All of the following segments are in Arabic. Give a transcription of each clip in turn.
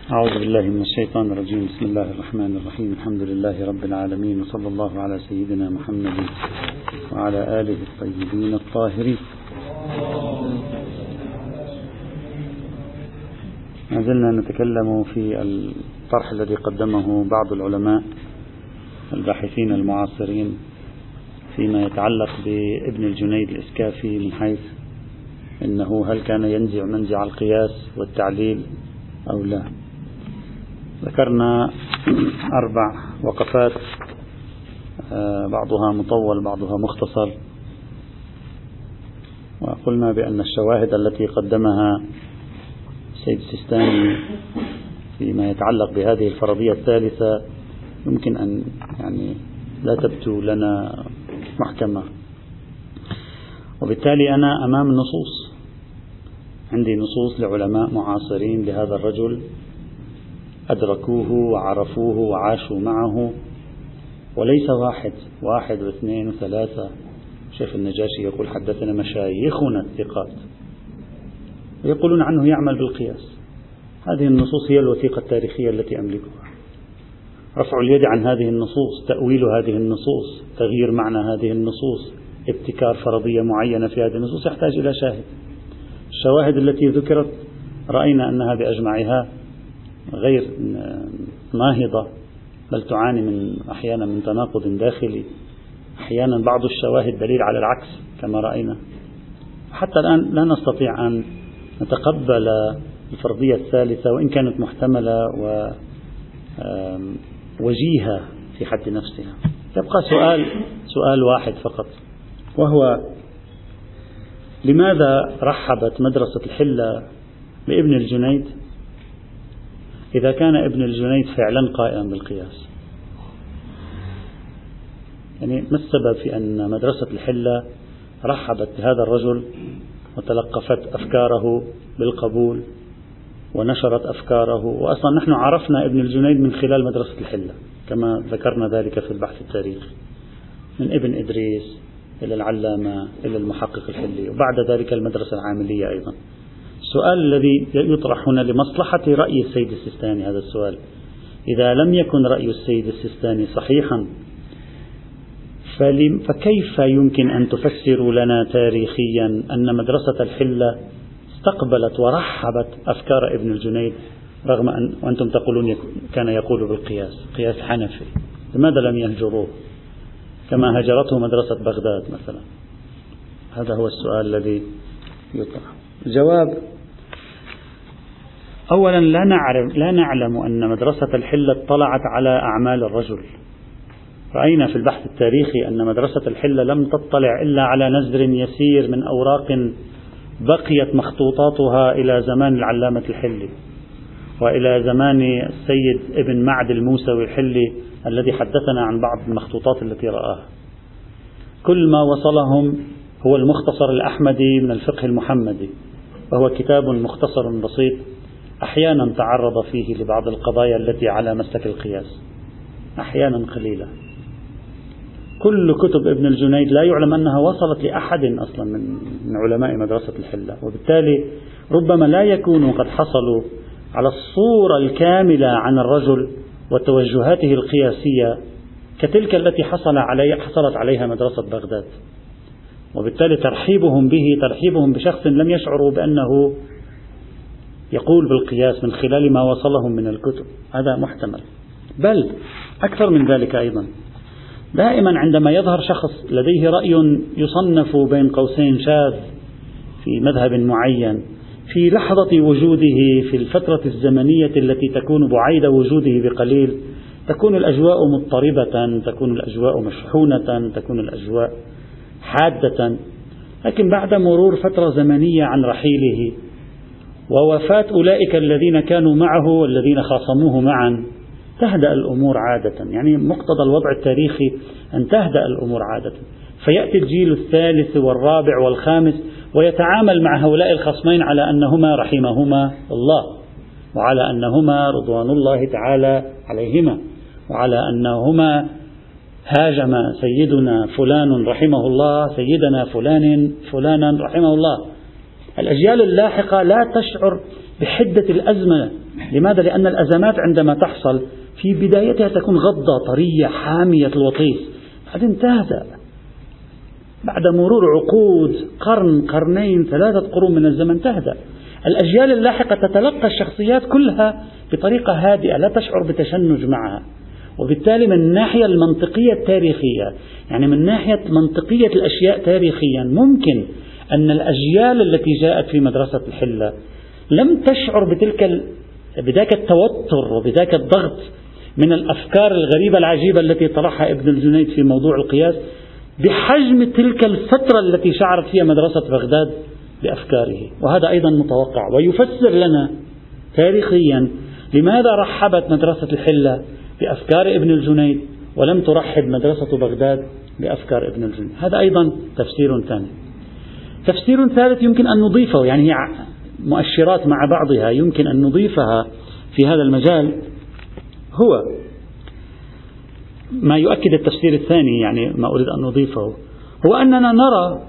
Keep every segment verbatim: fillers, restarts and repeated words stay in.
أعوذ بالله من الشيطان الرجيم. بسم الله الرحمن الرحيم. الحمد لله رب العالمين، وصلى الله على سيدنا محمد وعلى آله الطيبين الطاهرين. ما زلنا نتكلم في الطرح الذي قدمه بعض العلماء الباحثين المعاصرين فيما يتعلق بابن الجنيد الإسكافي، من حيث إنه هل كان ينزع منزع القياس والتعليل أو لا. ذكرنا أربع وقفات، بعضها مطول بعضها مختصر، وقلنا بأن الشواهد التي قدمها السيد السيستاني فيما يتعلق بهذه الفرضية الثالثة يمكن أن يعني لا تبدو لنا محكمة، وبالتالي أنا أمام نصوص، عندي نصوص لعلماء معاصرين لهذا الرجل أدركوه وعرفوه وعاشوا معه، وليس واحد واحد واثنين وثلاثة. شيخ النجاشي يقول حدثنا مشايخنا الثقات، ويقولون عنه يعمل بالقياس. هذه النصوص هي الوثيقة التاريخية التي أملكها. رفع اليد عن هذه النصوص، تأويل هذه النصوص، تغيير معنى هذه النصوص، ابتكار فرضية معينة في هذه النصوص يحتاج إلى شاهد. الشواهد التي ذكرت رأينا أنها بأجمعها غير ناهضة، بل تعاني من أحيانا من تناقض داخلي، أحيانا بعض الشواهد دليل على العكس كما رأينا. حتى الآن لا نستطيع أن نتقبل الفرضية الثالثة وإن كانت محتملة ووجيهة في حد نفسها. يبقى سؤال سؤال واحد فقط، وهو لماذا رحبت مدرسة الحلة بابن الجنيد إذا كان ابن الجنيد فعلا قائما بالقياس؟ يعني ما السبب في أن مدرسة الحلة رحبت بهذا الرجل وتلقفت أفكاره بالقبول ونشرت أفكاره؟ وأصلا نحن عرفنا ابن الجنيد من خلال مدرسة الحلة كما ذكرنا ذلك في البحث التاريخي، من ابن إدريس إلى العلامة إلى المحقق الحلي، وبعد ذلك المدرسة العاملية أيضا. السؤال الذي يطرح هنا لمصلحة رأي السيد السيستاني هذا السؤال: إذا لم يكن رأي السيد السيستاني صحيحا فكيف يمكن أن تفسروا لنا تاريخيا أن مدرسة الحلة استقبلت ورحبت أفكار ابن الجنيد رغم أن وأنتم تقولون كان يقول بالقياس، قياس حنفي؟ لماذا لم يهجروه كما هجرته مدرسة بغداد مثلا؟ هذا هو السؤال الذي يطرح. الجواب: أولا لا نعرف لا نعلم أن مدرسة الحلة اطلعت على أعمال الرجل. رأينا في البحث التاريخي أن مدرسة الحلة لم تطلع إلا على نزر يسير من أوراق بقيت مخطوطاتها إلى زمان العلامة الحلي وإلى زمان السيد ابن معد الموسوي الحلي الذي حدثنا عن بعض المخطوطات التي رآها. كل ما وصلهم هو المختصر الأحمدي من الفقه المحمدي، وهو كتاب مختصر بسيط أحيانا تعرض فيه لبعض القضايا التي على مسلك القياس، أحيانا قليلة. كل كتب ابن الجنيد لا يعلم أنها وصلت لأحد أصلا من علماء مدرسة الحلة، وبالتالي ربما لا يكونوا قد حصلوا على الصورة الكاملة عن الرجل وتوجهاته القياسية كتلك التي حصل علي حصلت عليها مدرسة بغداد. وبالتالي ترحيبهم به ترحيبهم بشخص لم يشعروا بأنه يقول بالقياس من خلال ما وصلهم من الكتب، هذا محتمل. بل أكثر من ذلك أيضا، دائما عندما يظهر شخص لديه رأي يصنف بين قوسين شاذ في مذهب معين في لحظة وجوده في الفترة الزمنية التي تكون بعيد وجوده بقليل، تكون الأجواء مضطربة، تكون الأجواء مشحونة، تكون الأجواء حادة. لكن بعد مرور فترة زمنية عن رحيله ووفاة أولئك الذين كانوا معه والذين خاصموه معا تهدأ الأمور عادة. يعني مقتضى الوضع التاريخي أن تهدأ الأمور عادة، فيأتي الجيل الثالث والرابع والخامس ويتعامل مع هؤلاء الخصمين على أنهما رحمهما الله، وعلى أنهما رضوان الله تعالى عليهما، وعلى أنهما هاجم سيدنا فلان رحمه الله سيدنا فلان فلانا رحمه الله. الأجيال اللاحقة لا تشعر بحدة الأزمة لماذا؟ لأن الأزمات عندما تحصل في بدايتها تكون غضة طرية حامية الوطيس، بعدين تهدأ بعد مرور عقود، قرن قرنين ثلاثة قرون من الزمن تهدأ. الأجيال اللاحقة تتلقى الشخصيات كلها بطريقة هادئة لا تشعر بتشنج معها، وبالتالي من الناحية المنطقية التاريخية، يعني من ناحية منطقية الأشياء تاريخيا، ممكن أن الأجيال التي جاءت في مدرسة الحلة لم تشعر بتلك بذاك التوتر وبذاك الضغط من الأفكار الغريبة العجيبة التي طرحها ابن الجنيد في موضوع القياس بحجم تلك الفترة التي شعرت فيها مدرسة بغداد بأفكاره. وهذا أيضا متوقع ويفسر لنا تاريخيا لماذا رحبت مدرسة الحلة بأفكار ابن الجنيد ولم ترحب مدرسة بغداد بأفكار ابن الجنيد. هذا أيضا تفسير ثاني. تفسير ثالث يمكن أن نضيفه، يعني هي مؤشرات مع بعضها يمكن أن نضيفها في هذا المجال، هو ما يؤكد التفسير الثاني، يعني ما أريد أن نضيفه هو أننا نرى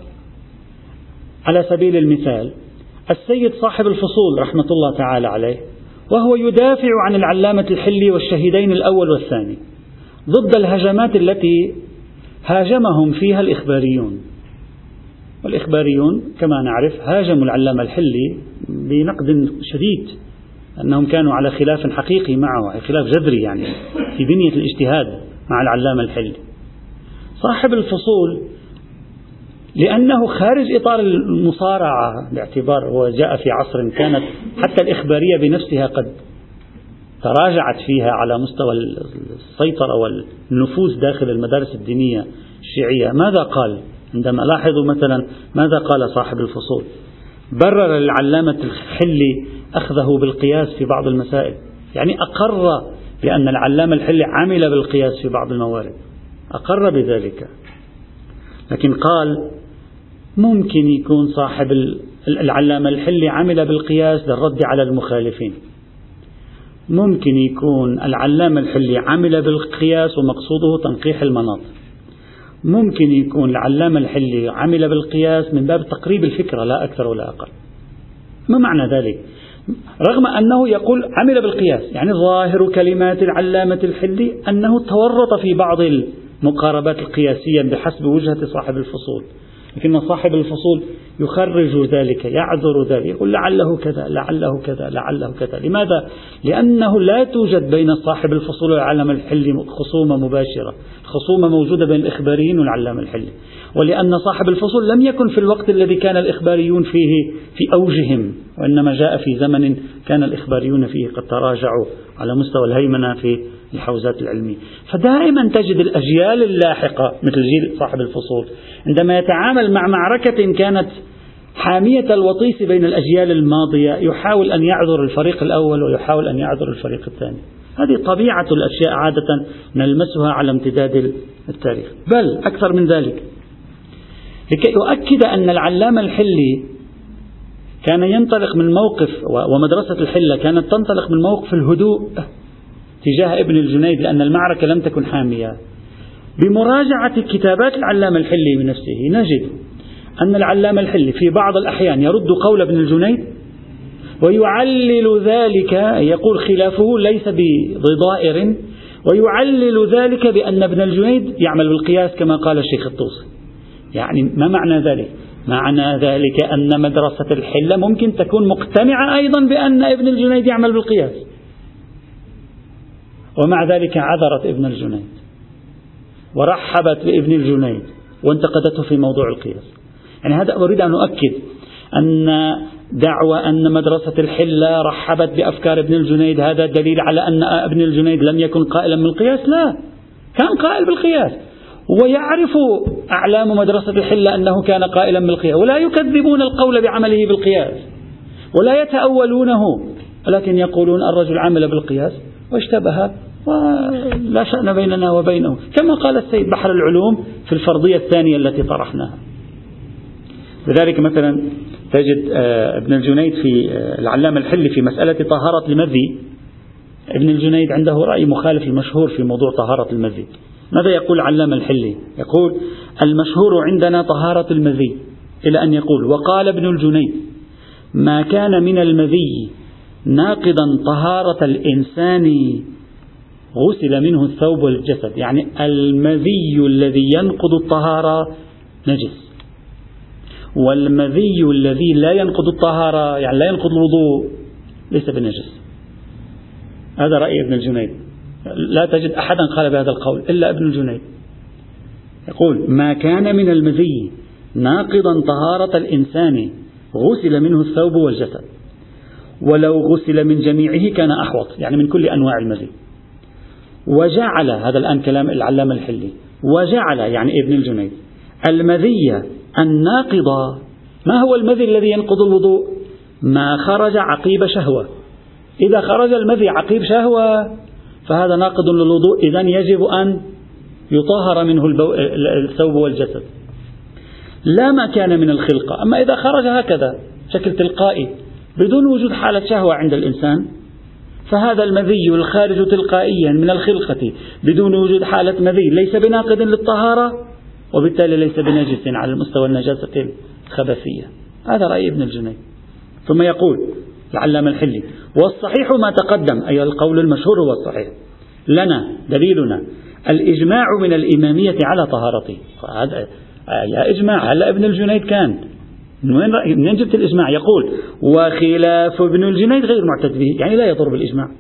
على سبيل المثال السيد صاحب الفصول رحمة الله تعالى عليه وهو يدافع عن العلامة الحلي والشهيدين الأول والثاني ضد الهجمات التي هاجمهم فيها الإخباريون. والإخباريون كما نعرف هاجموا العلامة الحلي بنقد شديد، أنهم كانوا على خلاف حقيقي معه، خلاف جذري يعني في بنية الاجتهاد مع العلامة الحلي. صاحب الفصول لأنه خارج إطار المصارعة، باعتبار هو جاء في عصر كانت حتى الإخبارية بنفسها قد تراجعت فيها على مستوى السيطرة والنفوذ داخل المدارس الدينية الشيعية. ماذا قال عندما لاحظوا مثلا ماذا قال صاحب الفصول؟ برر للعلامة الحلي أخذه بالقياس في بعض المسائل، يعني أقر بأن العلامة الحلي عمل بالقياس في بعض الموارد، أقر بذلك، لكن قال ممكن يكون صاحب العلامة الحلي عمل بالقياس للرد على المخالفين، ممكن يكون العلامة الحلي عمل بالقياس ومقصوده تنقيح المناط، ممكن يكون العلامة الحلي عمل بالقياس من باب تقريب الفكرة لا أكثر ولا أقل. ما معنى ذلك؟ رغم أنه يقول عمل بالقياس، يعني ظاهر كلمات العلامة الحلي أنه تورط في بعض المقاربات القياسية بحسب وجهة صاحب الفصول، لكن صاحب الفصول يخرج ذلك، يعذر ذلك، يقول لعله كذا لعله كذا لعله كذا. لماذا؟ لأنه لا توجد بين صاحب الفصول والعلامة الحلي خصومة مباشرة، خصومة موجودة بين الإخباريين والعلامة الحلي، ولأن صاحب الفصول لم يكن في الوقت الذي كان الإخباريون فيه في أوجهم، وإنما جاء في زمن كان الإخباريون فيه قد تراجعوا على مستوى الهيمنة في الحوزات العلمية. فدائما تجد الأجيال اللاحقة مثل جيل صاحب الفصول عندما يتعامل مع معركة كانت حامية الوطيس بين الأجيال الماضية يحاول أن يعذر الفريق الأول ويحاول أن يعذر الفريق الثاني. هذه طبيعة الأشياء عادة نلمسها على امتداد التاريخ. بل أكثر من ذلك، لكي يؤكد أن العلامة الحلي كان ينطلق من موقف، ومدرسة الحلة كانت تنطلق من موقف الهدوء تجاه ابن الجنيد لأن المعركة لم تكن حامية، بمراجعة كتابات العلامة الحلي بنفسه نجد أن العلامة الحلي في بعض الأحيان يرد قول ابن الجنيد ويعلل ذلك، يقول خلافه ليس بضائر، ويعلل ذلك بأن ابن الجنيد يعمل بالقياس كما قال الشيخ الطوسي. يعني ما معنى ذلك؟ معنى ذلك أن مدرسة الحلة ممكن تكون مقتنعة أيضا بأن ابن الجنيد يعمل بالقياس، ومع ذلك عذرت ابن الجنيد ورحبت بابن الجنيد وانتقدته في موضوع القياس. يعني هذا أريد أن أؤكد أن دعوى أن مدرسة الحلة رحبت بأفكار ابن الجنيد هذا دليل على أن ابن الجنيد لم يكن قائلا بالقياس، لا، كان قائل بالقياس، ويعرف أعلام مدرسة الحلة أنه كان قائلا بالقياس، ولا يكذبون القول بعمله بالقياس ولا يتأولونه، ولكن يقولون الرجل عمل بالقياس واشتبه ولا شأن بيننا وبينه، كما قال السيد بحر العلوم في الفرضية الثانية التي طرحناها. لذلك مثلا تجد ابن الجنيد في العلامة الحلي في مسألة طهارة المذي، ابن الجنيد عنده رأي مخالف المشهور في موضوع طهارة المذي. ماذا يقول العلامة الحلي؟ يقول المشهور عندنا طهارة المذي، إلى أن يقول وقال ابن الجنيد ما كان من المذي ناقضا طهارة الإنسان غسل منه الثوب والجسد، يعني المذي الذي ينقض الطهارة نجس، والمذي الذي لا ينقض الطهارة يعني لا ينقض الوضوء ليس بنجس. هذا رأي ابن الجنيد، لا تجد أحدا قال بهذا القول إلا ابن الجنيد. يقول ما كان من المذي ناقضا طهارة الإنسان غسل منه الثوب والجسد، ولو غسل من جميعه كان أحوط، يعني من كل أنواع المذي. وجعل، هذا الآن كلام العلامة الحلي، وجعل يعني ابن الجنيد المذي الناقض. ما هو المذي الذي ينقض الوضوء؟ ما خرج عقيب شهوة. إذا خرج المذي عقيب شهوة فهذا ناقض للوضوء، إذن يجب أن يطهر منه الثوب والجسد، لا ما كان من الخلقة. أما إذا خرج هكذا بشكل تلقائي بدون وجود حالة شهوة عند الإنسان، فهذا المذي الخارج تلقائيا من الخلقة بدون وجود حالة مذي ليس بناقض للطهارة، وبالتالي ليس بنجس على المستوى النجاسة الخبثية. هذا رأي ابن الجنيد. ثم يقول العلامة الحلي والصحيح ما تقدم، أي القول المشهور هو الصحيح، لنا دليلنا الإجماع من الإمامية على طهارته. هذا يا إجماع، هلا ابن الجنيد كان من وين من جبت الإجماع؟ يقول وخلاف ابن الجنيد غير معتد به، يعني لا يضر بالإجماع.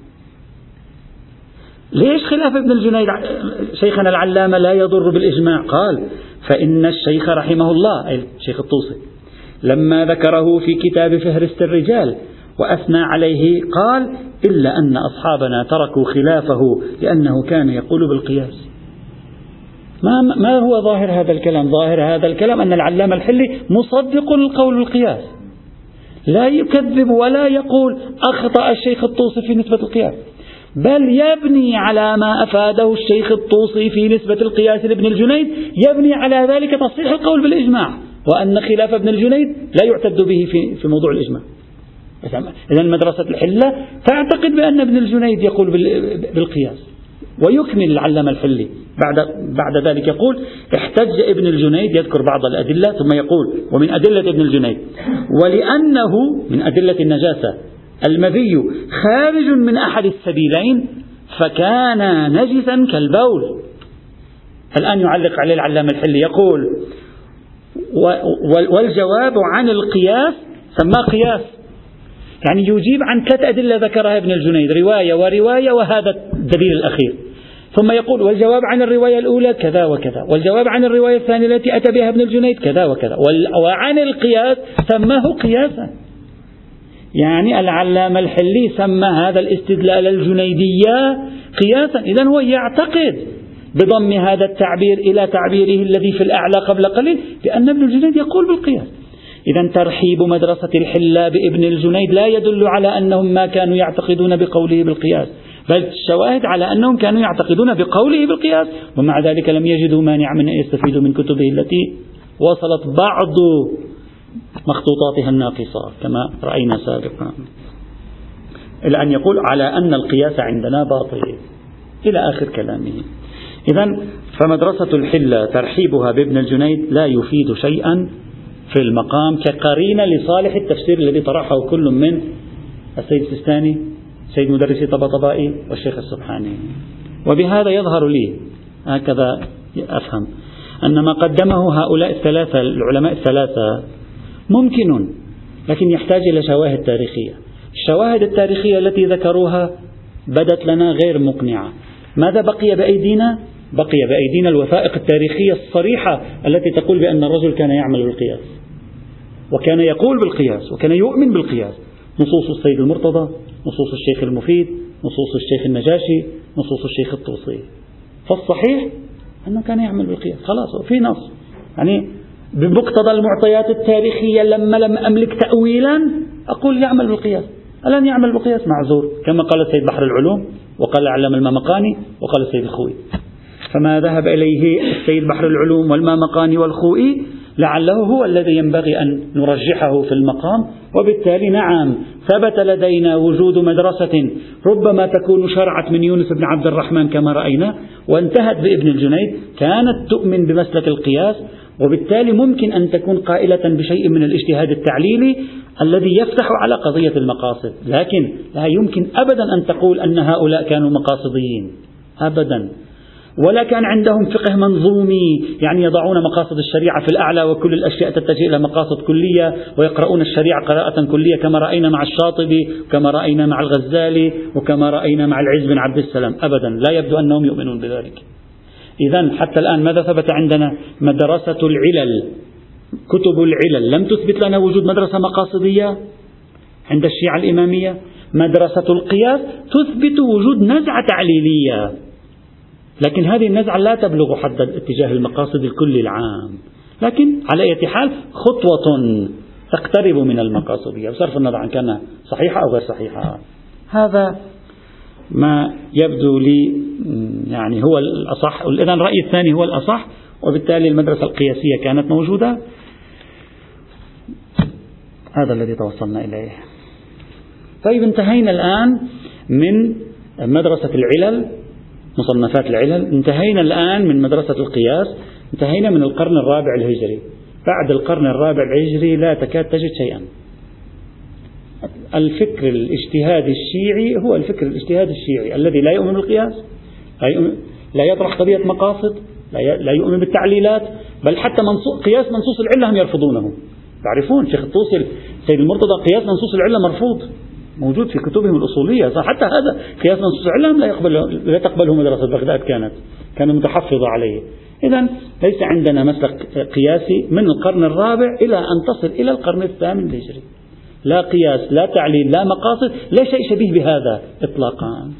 ليش خلاف ابن الجنيد شيخنا العلامة لا يضر بالإجماع؟ قال فإن الشيخ رحمه الله، أي الشيخ الطوسي، لما ذكره في كتاب فهرست الرجال وأثنى عليه قال إلا أن أصحابنا تركوا خلافه لأنه كان يقول بالقياس. ما, ما هو ظاهر هذا الكلام؟ ظاهر هذا الكلام أن العلامة الحلي مصدق القول بالقياس، لا يكذب ولا يقول أخطأ الشيخ الطوسي في نسبة القياس، بل يبني على ما أفاده الشيخ الطوسي في نسبة القياس لابن الجنيد، يبني على ذلك تصحيح القول بالإجماع، وأن خلاف ابن الجنيد لا يعتد به في, في موضوع الإجماع. إذن مدرسة الحلة تعتقد بأن ابن الجنيد يقول بالقياس. ويكمل العلامة الحلي بعد, بعد ذلك يقول احتج ابن الجنيد، يذكر بعض الأدلة ثم يقول ومن أدلة ابن الجنيد ولأنه من أدلة النجاسة المذي خارج من أحد السبيلين فكان نجسا كالبول. الآن يعلق عليه العلامة الحلي يقول والجواب عن القياس سماه قياس، يعني يجيب عن ثلاث أدلة ذكرها ابن الجنيد، رواية ورواية وهذا الدليل الأخير، ثم يقول والجواب عن الرواية الأولى كذا وكذا، والجواب عن الرواية الثانية التي أتى بها ابن الجنيد كذا وكذا، وعن القياس سماه قياسا. يعني العلامة الحلي سمى هذا الاستدلال الجنيدية قياسا. إذن هو يعتقد بضم هذا التعبير إلى تعبيره الذي في الأعلى قبل قليل بأن ابن الجنيد يقول بالقياس. إذن ترحيب مدرسة الحلة بابن الجنيد لا يدل على أنهم ما كانوا يعتقدون بقوله بالقياس، بل الشواهد على أنهم كانوا يعتقدون بقوله بالقياس، ومع ذلك لم يجدوا مانع من أن يستفيدوا من كتبه التي وصلت بعض مخطوطاتها الناقصة كما رأينا سابقا، إلى أن يقول على أن القياس عندنا باطل إلى آخر كلامه. إذن فمدرسة الحلة ترحيبها بابن الجنيد لا يفيد شيئا في المقام كقرينة لصالح التفسير الذي طرحه كل من السيد السيستاني، سيد مدرسي طباطبائي، والشيخ السبحاني. وبهذا يظهر لي هكذا أفهم أن ما قدمه هؤلاء الثلاثة العلماء الثلاثة ممكن، لكن يحتاج إلى شواهد تاريخية. الشواهد التاريخية التي ذكروها بدت لنا غير مقنعة. ماذا بقي بأيدينا؟ بقي بأيدينا الوثائق التاريخية الصريحة التي تقول بأن الرجل كان يعمل بالقياس وكان يقول بالقياس وكان يؤمن بالقياس، نصوص السيد المرتضى، نصوص الشيخ المفيد، نصوص الشيخ النجاشي، نصوص الشيخ الطوسي. فالصحيح أنه كان يعمل بالقياس، خلاص في نص. يعني بمقتضى المعطيات التاريخية لما لم أملك تأويلا أقول يعمل بالقياس. الآن يعمل بالقياس معذور، كما قال السيد بحر العلوم وقال العلامة المامقاني وقال السيد الخوئي. فما ذهب إليه السيد بحر العلوم والمامقاني والخوئي لعله هو الذي ينبغي أن نرجحه في المقام. وبالتالي نعم ثبت لدينا وجود مدرسة ربما تكون شرعت من يونس بن عبد الرحمن كما رأينا وانتهت بابن الجنيد، كانت تؤمن بمسلك القياس وبالتالي ممكن أن تكون قائلة بشيء من الاجتهاد التعليلي الذي يفتح على قضية المقاصد، لكن لا يمكن أبدا أن تقول أن هؤلاء كانوا مقاصديين أبدا، ولا كان عندهم فقه منظومي، يعني يضعون مقاصد الشريعة في الأعلى وكل الأشياء تتجه إلى مقاصد كلية ويقرؤون الشريعة قراءة كلية كما رأينا مع الشاطبي وكما رأينا مع الغزالي وكما رأينا مع العز بن عبد السلام. أبدا لا يبدو أنهم يؤمنون بذلك. إذن حتى الآن ماذا ثبت عندنا؟ مدرسة العلل، كتب العلل لم تثبت لنا وجود مدرسة مقاصدية عند الشيعة الإمامية. مدرسة القياس تثبت وجود نزعة تعليلية، لكن هذه النزعة لا تبلغ حد اتجاه المقاصد الكلي العام، لكن على أي حال خطوة تقترب من المقاصدية بصرف النظر عن كان صحيحة أو غير صحيحة. هذا ما يبدو لي يعني هو الأصح. إذن الرأي الثاني هو الأصح، وبالتالي المدرسة القياسية كانت موجودة. هذا الذي توصلنا إليه. طيب انتهينا الآن من مدرسة العلل، مصنفات العلل، انتهينا الآن من مدرسة القياس، انتهينا من القرن الرابع الهجري. بعد القرن الرابع الهجري لا تكاد تجد شيئا. الفكر الاجتهادي الشيعي هو الفكر الاجتهادي الشيعي الذي لا يؤمن بالقياس، لا, يؤمن لا يطرح قضية مقاصد، لا يؤمن بالتعليلات، بل حتى منصوص قياس منصوص العلة هم يرفضونه. تعرفون شيخ الطوسي سيد المرتضى قياس منصوص العلة مرفوض، موجود في كتبهم الأصولية، حتى هذا قياس منصوص العلة لا يقبل لا تقبله مدرسة بغداد، كانت كانت متحفظة عليه. إذن ليس عندنا مسلك قياسي من القرن الرابع إلى أن تصل إلى القرن الثامن الهجري، لا قياس لا تعليل لا مقاصد، لا شيء شبيه بهذا إطلاقا.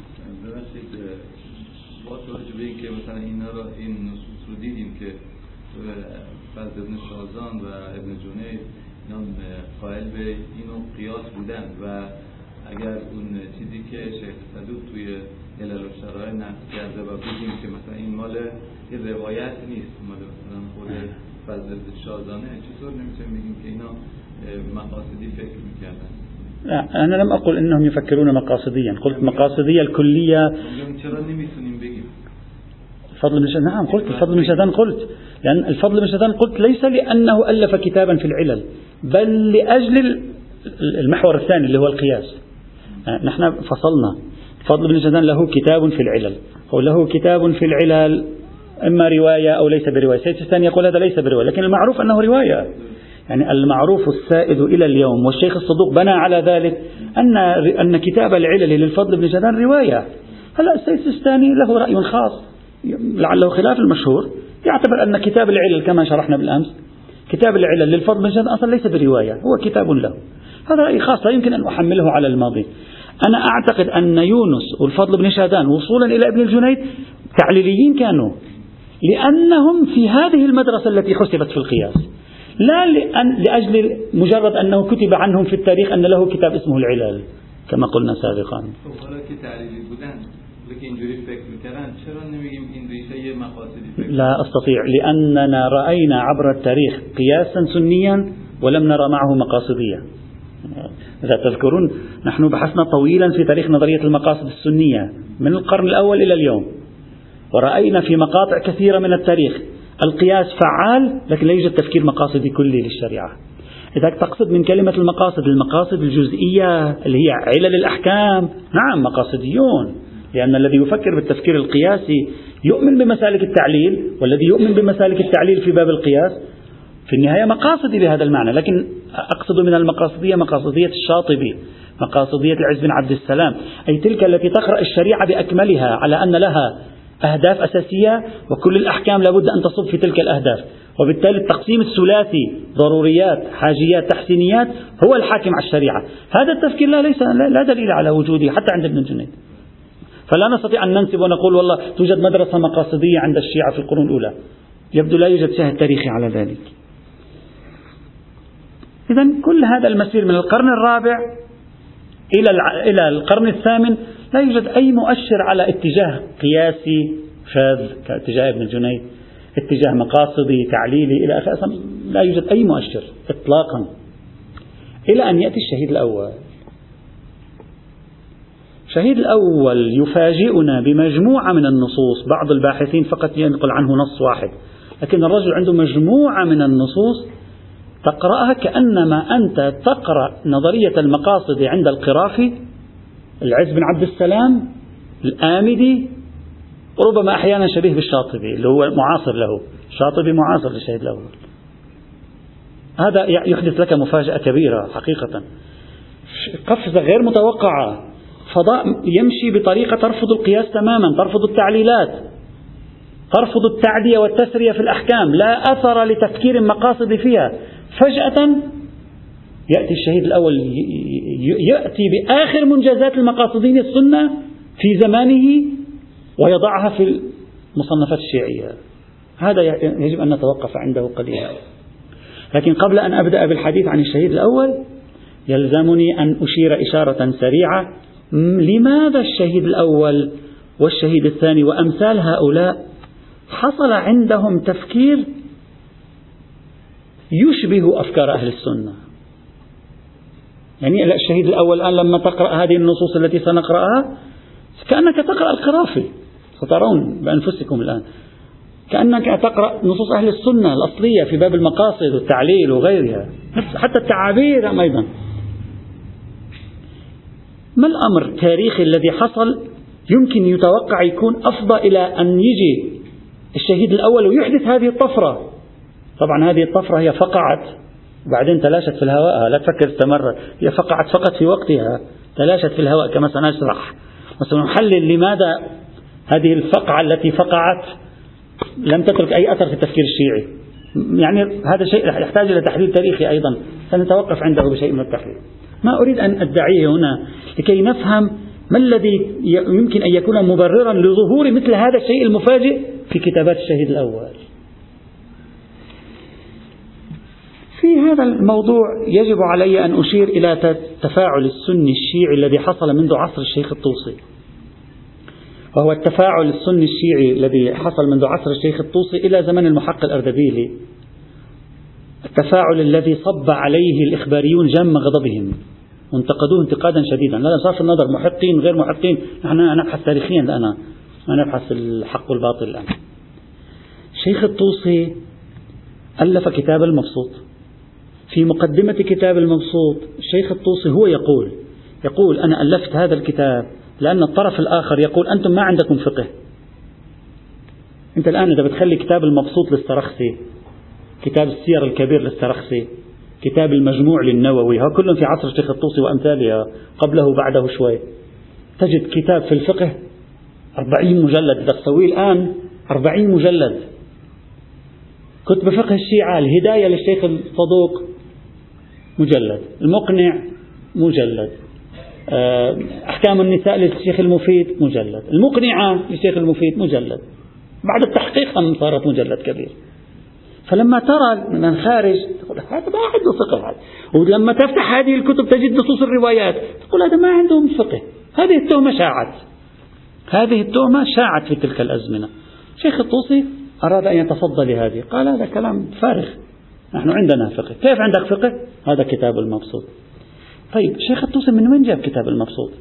فضل ابن شازان و ابن جنید اینا قائل به اینو قیاس بودن و اگر اون چیزی که شیخ صدوق توی علل و شرائع نقل کرده و بگیم که مثلا این مال یه روایت نیست، مال مثلا خود فضل ابن شازانه، چطور نمیتونیم بگیم که اینا مقاصدی فکر میکردن؟ لا، أنا لم أقل إنهم يفكرون مقاصديا، قلت مقاصدية الكلية. چرا نمیتونیم بگیم؟ الفضل بن شدان، نعم قلت الفضل بن شدان، قلت لأن الفضل بن شدان قلت ليس لأنه ألف كتابا في العلل، بل لأجل المحور الثاني اللي هو القياس. نحن فصلنا. الفضل بن شدان له كتاب في العلل، هو له كتاب في العلل إما رواية أو ليس برواية. سيد الثاني يقول هذا ليس برواية، لكن المعروف أنه رواية، يعني المعروف السائد إلى اليوم، والشيخ الصدوق بنى على ذلك أن أن كتاب العلل للفضل بن شدان رواية. هلا السيد الثاني له رأي خاص لعله خلاف المشهور، يعتبر أن كتاب العلل كما شرحنا بالأمس، كتاب العلل للفضل بن شدان أصلا ليس برواية، هو كتاب له. هذا رأي خاص لا يمكن أن أحمله على الماضي. أنا أعتقد أن يونس والفضل بن شدان وصولا إلى ابن الجنيد تعليليين كانوا، لأنهم في هذه المدرسة التي حسبت في القياس، لا لأن لأجل مجرد أنه كتب عنهم في التاريخ أن له كتاب اسمه العلل كما قلنا سابقا. لا أستطيع، لأننا رأينا عبر التاريخ قياسا سنيا ولم نرى معه مقاصدية. إذا تذكرون نحن بحثنا طويلا في تاريخ نظرية المقاصد السنية من القرن الأول إلى اليوم، ورأينا في مقاطع كثيرة من التاريخ القياس فعال، لكن لا يوجد تفكير مقاصدي كلي للشريعة. إذا تقصد من كلمة المقاصد المقاصد الجزئية اللي هي علل الأحكام، نعم مقاصديون، لأن الذي يفكر بالتفكير القياسي يؤمن بمسالك التعليل، والذي يؤمن بمسالك التعليل في باب القياس في النهاية مقاصدي بهذا المعنى. لكن أقصد من المقاصدية مقاصدية الشاطبي، مقاصدية العز بن عبد السلام، أي تلك التي تقرأ الشريعة بأكملها على أن لها أهداف أساسية وكل الأحكام لابد أن تصب في تلك الأهداف، وبالتالي التقسيم الثلاثي ضروريات حاجيات تحسينيات هو الحاكم على الشريعة. هذا التفكير لا ليس لا دليل على وجوده حتى عند ابن الجنيد. فلا نستطيع أن ننسب ونقول والله توجد مدرسة مقاصدية عند الشيعة في القرون الأولى، يبدو لا يوجد شاهد تاريخي على ذلك. إذن كل هذا المسير من القرن الرابع إلى إلى القرن الثامن لا يوجد أي مؤشر على اتجاه قياسي شاذ كاتجاه ابن الجنيد، اتجاه مقاصدي تعليلي إلى آخره، لا يوجد أي مؤشر إطلاقا، إلى أن يأتي الشهيد الأول. الشهيد الأول يفاجئنا بمجموعة من النصوص، بعض الباحثين فقط ينقل عنه نص واحد، لكن الرجل عنده مجموعة من النصوص تقرأها كأنما أنت تقرأ نظرية المقاصد عند القرافي، العز بن عبد السلام، الآمدي، وربما أحيانا شبيه بالشاطبي اللي هو معاصر له. الشاطبي معاصر للشهيد الأول. هذا يحدث لك مفاجأة كبيرة حقيقة، قفزة غير متوقعة، فضاء يمشي بطريقة ترفض القياس تماما، ترفض التعليلات، ترفض التعدية والتسرية في الأحكام، لا أثر لتفكير المقاصد فيها. فجأة يأتي الشهيد الأول يأتي بآخر منجزات المقاصدين السنة في زمانه ويضعها في المصنفات الشيعية. هذا يجب أن نتوقف عنده قليلا. لكن قبل أن أبدأ بالحديث عن الشهيد الأول يلزمني أن أشير إشارة سريعة لماذا الشهيد الأول والشهيد الثاني وأمثال هؤلاء حصل عندهم تفكير يشبه أفكار أهل السنة. يعني الشهيد الأول الآن لما تقرأ هذه النصوص التي سنقرأها كأنك تقرأ القرافي، سترون بأنفسكم الآن كأنك تقرأ نصوص أهل السنة الأصلية في باب المقاصد والتعليل وغيرها، حتى التعابير أيضا. ما الأمر التاريخي الذي حصل يمكن يتوقع يكون أفضى إلى أن يجي الشهيد الأول ويحدث هذه الطفرة؟ طبعا هذه الطفرة هي فقعت بعدين تلاشت في الهواء، لا تفكر استمرت، هي فقعت فقط في وقتها، تلاشت في الهواء كما سنشرح وسنحلل لماذا هذه الفقعة التي فقعت لم تترك أي أثر في التفكير الشيعي. يعني هذا شيء يحتاج إلى تحليل تاريخي أيضا، سنتوقف عنده بشيء من التحليل. ما أريد أن أدعيه هنا لكي نفهم ما الذي يمكن أن يكون مبررا لظهور مثل هذا الشيء المفاجئ في كتابات الشهيد الأول. في هذا الموضوع يجب علي أن أشير إلى تفاعل السني الشيعي الذي حصل منذ عصر الشيخ الطوسي، وهو التفاعل السني الشيعي الذي حصل منذ عصر الشيخ الطوسي إلى زمن المحقق الأردبيلي، التفاعل الذي صب عليه الإخباريون جم غضبهم وانتقدوه انتقادا شديدا. لا صرف النظر محقين غير محقين، نحن نبحث تاريخيا الآن، ما نبحث الحق والباطل الآن. الشيخ الطوسي ألف كتاب المبسوط. في مقدمة كتاب المبسوط الشيخ الطوسي هو يقول يقول أنا ألفت هذا الكتاب لأن الطرف الآخر يقول أنتم ما عندكم فقه. أنت الآن إذا بتخلي كتاب المبسوط للسرخسي، كتاب السير الكبير للسرخسي، كتاب المجموع للنووي، ها كلهم في عصر الشيخ الطوسي وأمثالها قبله وبعده شوي، تجد كتاب في الفقه أربعين مجلد، إذا تسويه الآن أربعين مجلد. كتب فقه الشيعة، الهداية للشيخ الصدوق مجلد، المقنع مجلد، أحكام النساء للشيخ المفيد مجلد، المقنعة للشيخ المفيد مجلد، بعد التحقيق أم صارت مجلد كبير. فلما ترى من الخارج تقول هذا ما عنده فقه، ولما تفتح هذه الكتب تجد نصوص الروايات تقول هذا ما عندهم فقه. هذه التهمة شاعت، هذه التهمة شاعت في تلك الأزمنة. شيخ الطوسي أراد أن يتصدى لهذه، قال هذا كلام فارغ، نحن عندنا فقه. كيف عندك فقه؟ هذا كتاب المبسوط. طيب شيخ الطوسي من وين جاب كتاب المبسوط؟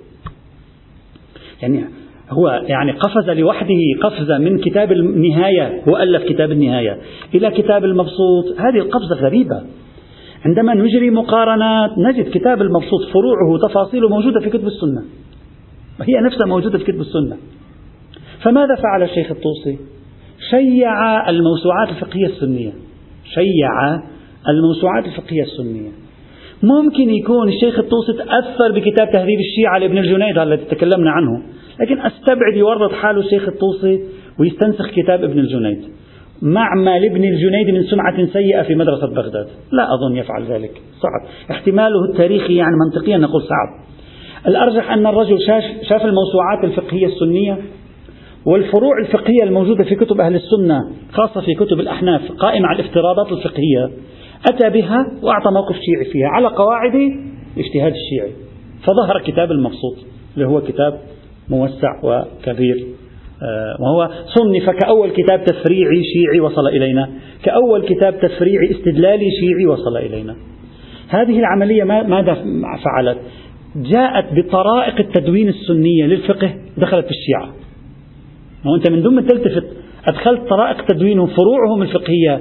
يعني هو يعني قفز لوحده قفزة من كتاب النهاية، هو ألف كتاب النهاية إلى كتاب المبسوط، هذه القفزة غريبة. عندما نجري مقارنات نجد كتاب المبسوط فروعه وتفاصيله موجودة في كتب السنة، وهي نفسها موجودة في كتب السنة. فماذا فعل الشيخ الطوسي؟ شيع الموسوعات الفقهية السنية، شيع الموسوعات الفقهية السنية. ممكن يكون الشيخ الطوسي تأثر بكتاب تهذيب الشيعة لابن الجنيد الذي تكلمنا عنه، لكن أستبعد يورط حاله الشيخ الطوسي ويستنسخ كتاب ابن الجنيد مع ما لابن الجنيد من سمعة سيئة في مدرسة بغداد. لا أظن يفعل ذلك، صعب احتماله التاريخي، يعني منطقيا نقول صعب. الأرجح أن الرجل شاف الموسوعات الفقهية السنية والفروع الفقهية الموجودة في كتب أهل السنة، خاصة في كتب الأحناف قائمة على الافتراضات الفقهية، أتى بها وأعطى موقف شيعي فيها على قواعد الاجتهاد الشيعي، فظهر كتاب المبسوط اللي هو كتاب موسع وكبير، وهو صنف كأول كتاب تفريعي شيعي وصل إلينا، كأول كتاب تفريعي استدلالي شيعي وصل إلينا. هذه العملية ماذا فعلت؟ جاءت بطرائق التدوين السنية للفقه، دخلت في الشيعة. وأنت من دون ما تلتفت أدخلت طرائق تدوينهم، فروعهم الفقهية،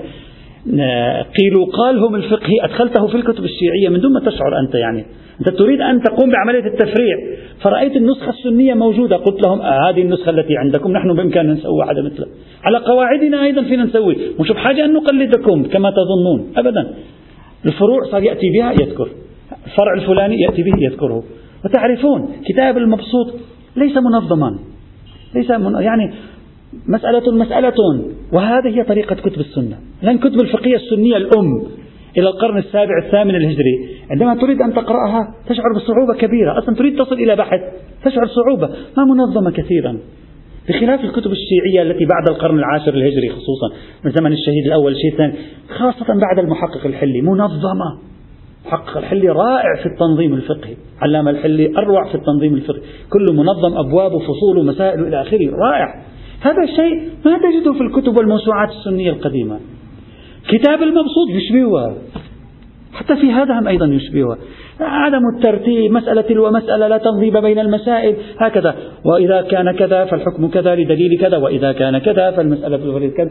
قيل وقالهم الفقهي، أدخلته في الكتب الشيعية من دون ما تشعر أنت. يعني أنت تريد أن تقوم بعملية التفريع، فرأيت النسخة السنية موجودة، قلت لهم آه هذه النسخة التي عندكم، نحن بإمكاننا نسوي واحدة مثلها على قواعدنا أيضا فينا نسوي، مش بحاجة أن نقلدكم كما تظنون أبدا. الفروع صار يأتي بها يذكر، الفرع الفلاني يأتي به يذكره. وتعرفون كتاب المبسوط ليس منظما، ليس من يعني مسألة مسألة، وهذه هي طريقة كتب السنة. لأن كتب الفقهية السنية الأم إلى القرن السابع الثامن الهجري، عندما تريد أن تقرأها تشعر بصعوبة كبيرة، أصلا تريد تصل إلى بحث تشعر صعوبة، ما منظمة كثيرا، بخلاف الكتب الشيعية التي بعد القرن العاشر الهجري، خصوصا من زمن الشهيد الأول الشهيد الثاني، خاصة بعد المحقق الحلي، منظمة. محقق الحلي رائع في التنظيم الفقهي، علامة الحلي أروع في التنظيم الفقهي، كله منظم، أبواب وفصول ومسائل إلى آخره، رائع. هذا الشيء ما تجده في الكتب والموسوعات السنية القديمة. كتاب المبسوط يشبهها، حتى في هذا هم أيضا يشبهها، عدم الترتيب، مسألة تلو مسألة، لا تنظيم بين المسائل، هكذا، وإذا كان كذا فالحكم كذا لدليل كذا، وإذا كان كذا فالمسألة في كذا.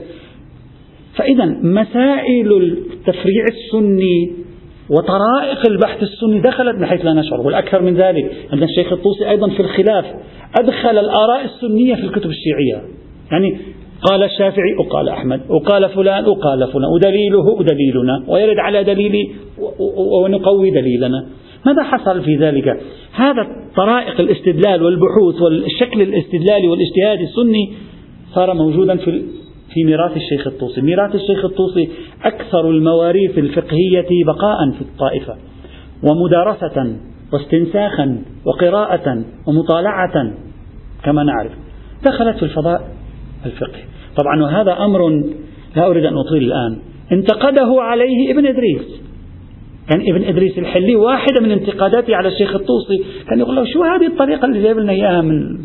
فإذا مسائل التفريع السني وطرائق البحث السني دخلت من حيث لا نشعر. والأكثر من ذلك أن الشيخ الطوسي أيضا في الخلاف أدخل الآراء السنية في الكتب الشيعية، يعني قال الشافعي وقال أحمد وقال فلان وقال فلان ودليله دليلنا ويرد على دليلي ونقوي دليلنا. ماذا حصل في ذلك؟ هذا طرائق الاستدلال والبحوث والشكل الاستدلالي والاجتهادي السني صار موجودا في في ميراث الشيخ الطوسي. ميراث الشيخ الطوسي أكثر المواريث الفقهية بقاء في الطائفة، ومدارسة واستنساخا وقراءة ومطالعة كما نعرف، دخلت في الفضاء الفقهي. طبعا وهذا أمر لا أريد أن أطيل الآن، انتقده عليه ابن إدريس. كان ابن إدريس الحلي واحدة من انتقاداته على الشيخ الطوسي كان يقول له شو هذه الطريقة اللي جايب لنا إياها من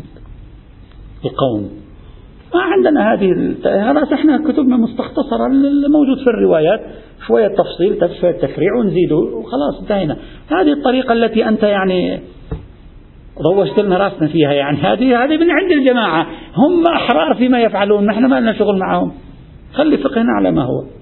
القوم، ما عندنا هذه، هذا احنا كتبنا مستختصرة الموجود في الروايات، شوية تفصيل شوية تفريع ونزيده وخلاص انتهينا. هذه الطريقة التي أنت يعني روشت لنا راسنا فيها، يعني هذه هذه من عند الجماعة، هم أحرار فيما يفعلون، نحن ما لنا شغل معهم، خلي فقهنا على ما هو.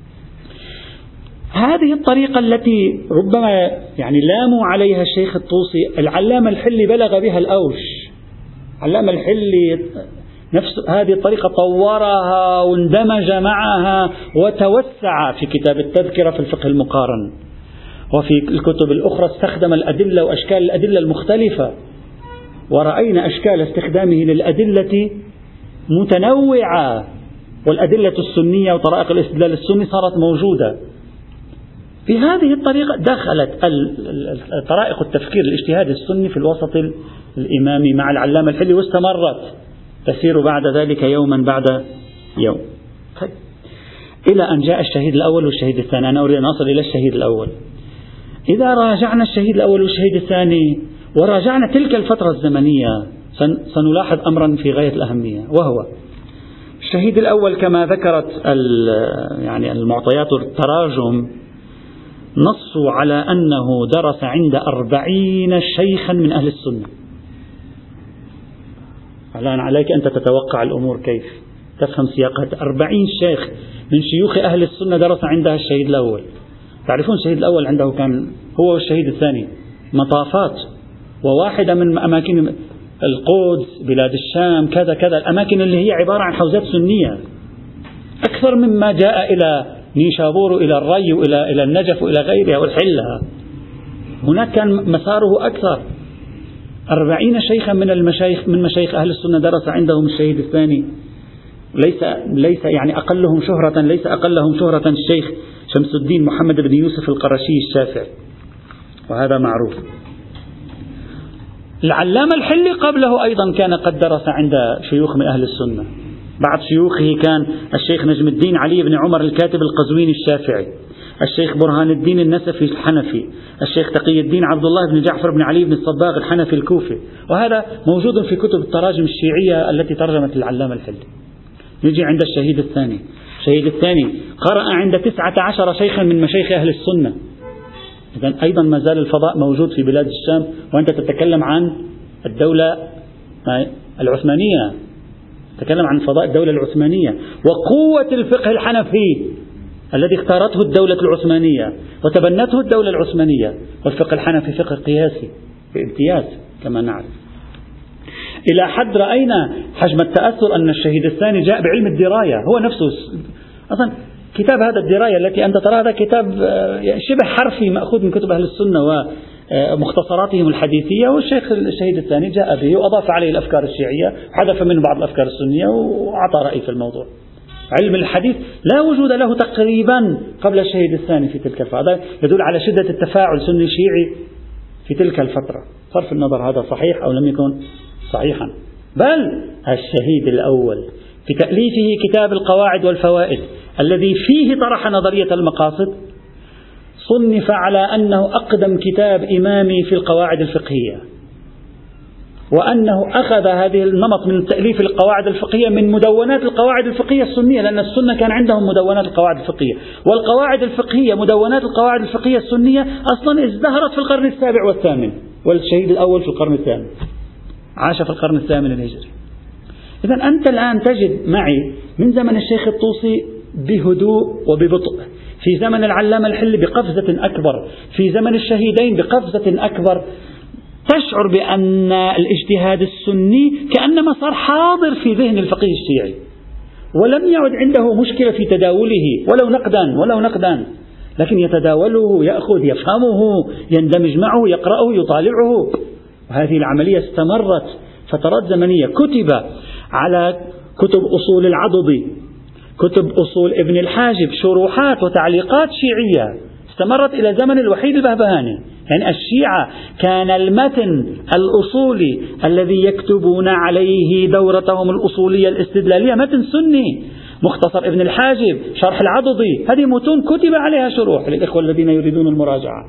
هذه الطريقة التي ربما يعني لاموا عليها الشيخ الطوسي، العلامة الحلي بلغ بها الأوش. العلامة الحلي نفس هذه الطريقة طورها واندمج معها وتوسع في كتاب التذكرة في الفقه المقارن، وفي الكتب الأخرى استخدم الأدلة وأشكال الأدلة المختلفة، ورأينا أشكال استخدامه للأدلة متنوعة، والأدلة السنية وطرائق الاستدلال السني صارت موجودة. في هذه الطريقة دخلت طرائق التفكير الاجتهادي السني في الوسط الإمامي مع العلامة الحلي، واستمرت تسير بعد ذلك يوما بعد يوم. طيب. إلى أن جاء الشهيد الأول والشهيد الثاني. أنا أريد أن أصل إلى الشهيد الأول. إذا راجعنا الشهيد الأول والشهيد الثاني وراجعنا تلك الفترة الزمنية سنلاحظ أمرا في غاية الأهمية، وهو الشهيد الأول كما ذكرت يعني المعطيات التراجم نصوا على أنه درس عند أربعين شيخا من أهل السنة. الآن عليك أنت تتوقع الأمور كيف، تفهم سياقها. أربعين شيخ من شيوخ أهل السنة درس عندها الشهيد الأول. تعرفون الشهيد الأول عنده كان هو والشهيد الثاني مطافات، وواحدة من أماكن القدس، بلاد الشام، كذا كذا، الأماكن اللي هي عبارة عن حوزات سنية أكثر مما جاء إلى نيشابور وإلى الري وإلى إلى النجف وإلى غيرها والحلة. هناك كان مساره أكثر. أربعين شيخا من المشايخ من مشايخ أهل السنة درس عندهم الشهيد الثاني. ليس ليس يعني أقلهم شهرة، ليس أقلهم شهرة الشيخ شمس الدين محمد بن يوسف القرشي الشافعي، وهذا معروف. العلامة الحلي قبله أيضا كان قد درس عند شيوخ من أهل السنة. بعد شيوخه كان الشيخ نجم الدين علي بن عمر الكاتب القزويني الشافعي، الشيخ برهان الدين النسفي الحنفي، الشيخ تقي الدين عبد الله بن جعفر بن علي بن الصباغ الحنفي الكوفي، وهذا موجود في كتب التراجم الشيعية التي ترجمت العلامة الحلي. نجي عند الشهيد الثاني. الشهيد الثاني قرأ عند تسعة عشر شيخا من مشايخ أهل السنة. إذن أيضا ما زال الفضاء موجود في بلاد الشام، وأنت تتكلم عن الدولة العثمانية. تكلم عن فضاء الدولة العثمانية وقوة الفقه الحنفي الذي اختارته الدولة العثمانية وتبنته الدولة العثمانية. والفقه الحنفي فقه قياسي بامتياز كما نعرف. إلى حد رأينا حجم التأثر أن الشهيد الثاني جاء بعلم الدراية هو نفسه. أصلا كتاب هذا الدراية التي أنت ترى هذا كتاب شبه حرفي مأخوذ من كتب أهل السنة ومختصراتهم الحديثية، والشيخ الشهيد الثاني جاء به وأضاف عليه الأفكار الشيعية، حذف منه بعض الأفكار السنية وأعطى رأي في الموضوع. علم الحديث لا وجود له تقريبا قبل الشهيد الثاني في تلك الفترة. هذا يدل على شدة التفاعل السني شيعي في تلك الفترة، صرف النظر هذا صحيح أو لم يكن صحيحا. بل الشهيد الأول في تأليفه كتاب القواعد والفوائد الذي فيه طرح نظرية المقاصد صنف على أنه أقدم كتاب إمامي في القواعد الفقهية، وأنه أخذ هذه النمط من تأليف القواعد الفقهية من مدونات القواعد الفقهية السنية، لأن السنة كان عندهم مدونات القواعد الفقهية، والقواعد الفقهية مدونات القواعد الفقهية السنية أصلا ازدهرت في القرن السابع والثامن، والشهيد الأول في القرن الثامن عاش في القرن الثامن الهجري. إذا أنت الآن تجد معي من زمن الشيخ الطوسي بهدوء وببطء، في زمن العلامة الحلي بقفزة أكبر، في زمن الشهيدين بقفزة أكبر، تشعر بأن الاجتهاد السني كأنما صار حاضر في ذهن الفقيه الشيعي، ولم يعد عنده مشكلة في تداوله ولو نقدا ولو نقدا لكن يتداوله، يأخذ، يفهمه، يندمج معه، يقرأه، يطالعه. وهذه العملية استمرت فترات زمنية. كتب على كتب أصول العضدي، كتب أصول ابن الحاجب، شروحات وتعليقات شيعية استمرت إلى زمن الوحيد البهبهاني. يعني الشيعة كان المتن الأصولي الذي يكتبون عليه دورتهم الأصولية الاستدلالية متن سني. مختصر ابن الحاجب، شرح العضدي، هذه متون كتب عليها شروح للإخوة الذين يريدون المراجعة،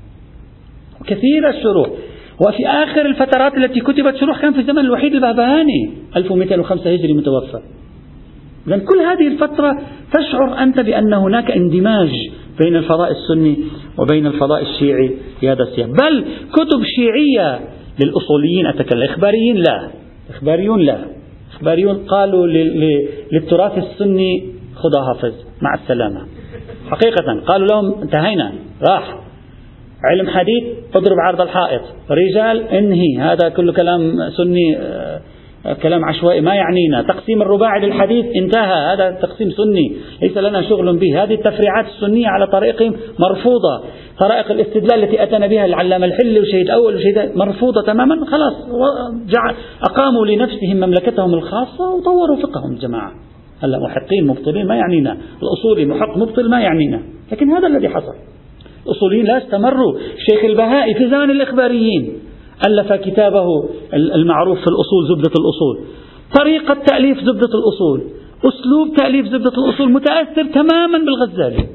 كثير الشروح. وفي آخر الفترات التي كتبت شروح كان في زمن الوحيد البهبهاني ألف ومئتين وخمسة هجري متوفى. لأن كل هذه الفترة تشعر أنت بأن هناك اندماج بين الفضاء السني وبين الفضاء الشيعي في هذا السياق. بل كتب شيعية للأصوليين أتكلم، إخباريين لا، إخباريون لا، إخباريون قالوا للتراث السني خذها حافظ مع السلامة. حقيقة قالوا لهم انتهينا، راح علم حديث اضرب عرض الحائط، رجال انهي، هذا كله كلام سني، كلام عشوائي ما يعنينا. تقسيم الرباعي للحديث انتهى، هذا تقسيم سني ليس لنا شغل به. هذه التفريعات السنية على طريقهم مرفوضة. طرائق الاستدلال التي أتنا بها العلامة الحلي وشهيد أول وشهيد مرفوضة تماما. خلاص جعل أقاموا لنفسهم مملكتهم الخاصة وطوروا فقههم الجماعة. هلا محقين مبطلين ما يعنينا، الأصولي محق مبطل ما يعنينا، لكن هذا الذي حصل. الأصوليين لا استمروا. الشيخ البهائي في زمن الإخباريين ألف كتابه المعروف في الأصول، زبدة الأصول. طريقة تأليف زبدة الأصول، أسلوب تأليف زبدة الأصول متأثر تماما بالغزالي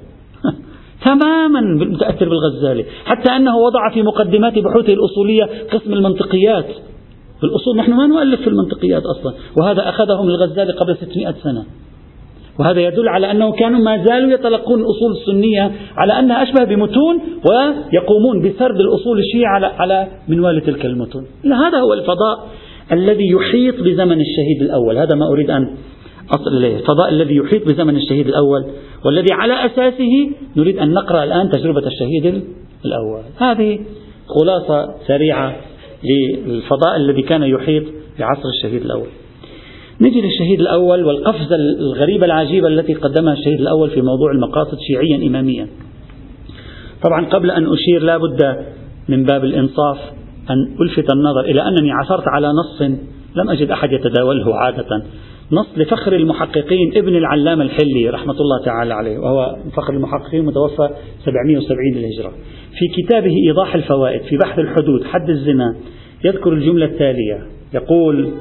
تماما متأثر بالغزالي، حتى أنه وضع في مقدمات بحوثه الأصولية قسم المنطقيات. في الأصول نحن ما نؤلف في المنطقيات أصلا، وهذا أخذه من الغزالي قبل ستمائة سنة. وهذا يدل على أنه كانوا ما زالوا يتلقون الأصول السنية على أنها أشبه بمتون، ويقومون بسرد الأصول الشيعية على على منوال تلك المتون. هذا هو الفضاء الذي يحيط بزمن الشهيد الأول. هذا ما أريد أن أصل إليه، الفضاء الذي يحيط بزمن الشهيد الأول، والذي على أساسه نريد أن نقرأ الآن تجربة الشهيد الأول. هذه خلاصة سريعة للفضاء الذي كان يحيط بعصر الشهيد الأول. نجي للشهيد الأول والقفزة الغريبة العجيبة التي قدمها الشهيد الأول في موضوع المقاصد شيعيا إماميا. طبعا قبل أن أشير لا بد من باب الإنصاف أن ألفت النظر إلى أنني عثرت على نص لم أجد أحد يتداوله عادة، نص لفخر المحققين ابن العلامة الحلي رحمة الله تعالى عليه، وهو فخر المحققين متوفى سبعمائة وسبعين للهجرة. في كتابه إيضاح الفوائد في بحث الحدود حد الزنا يذكر الجملة التالية، يقول: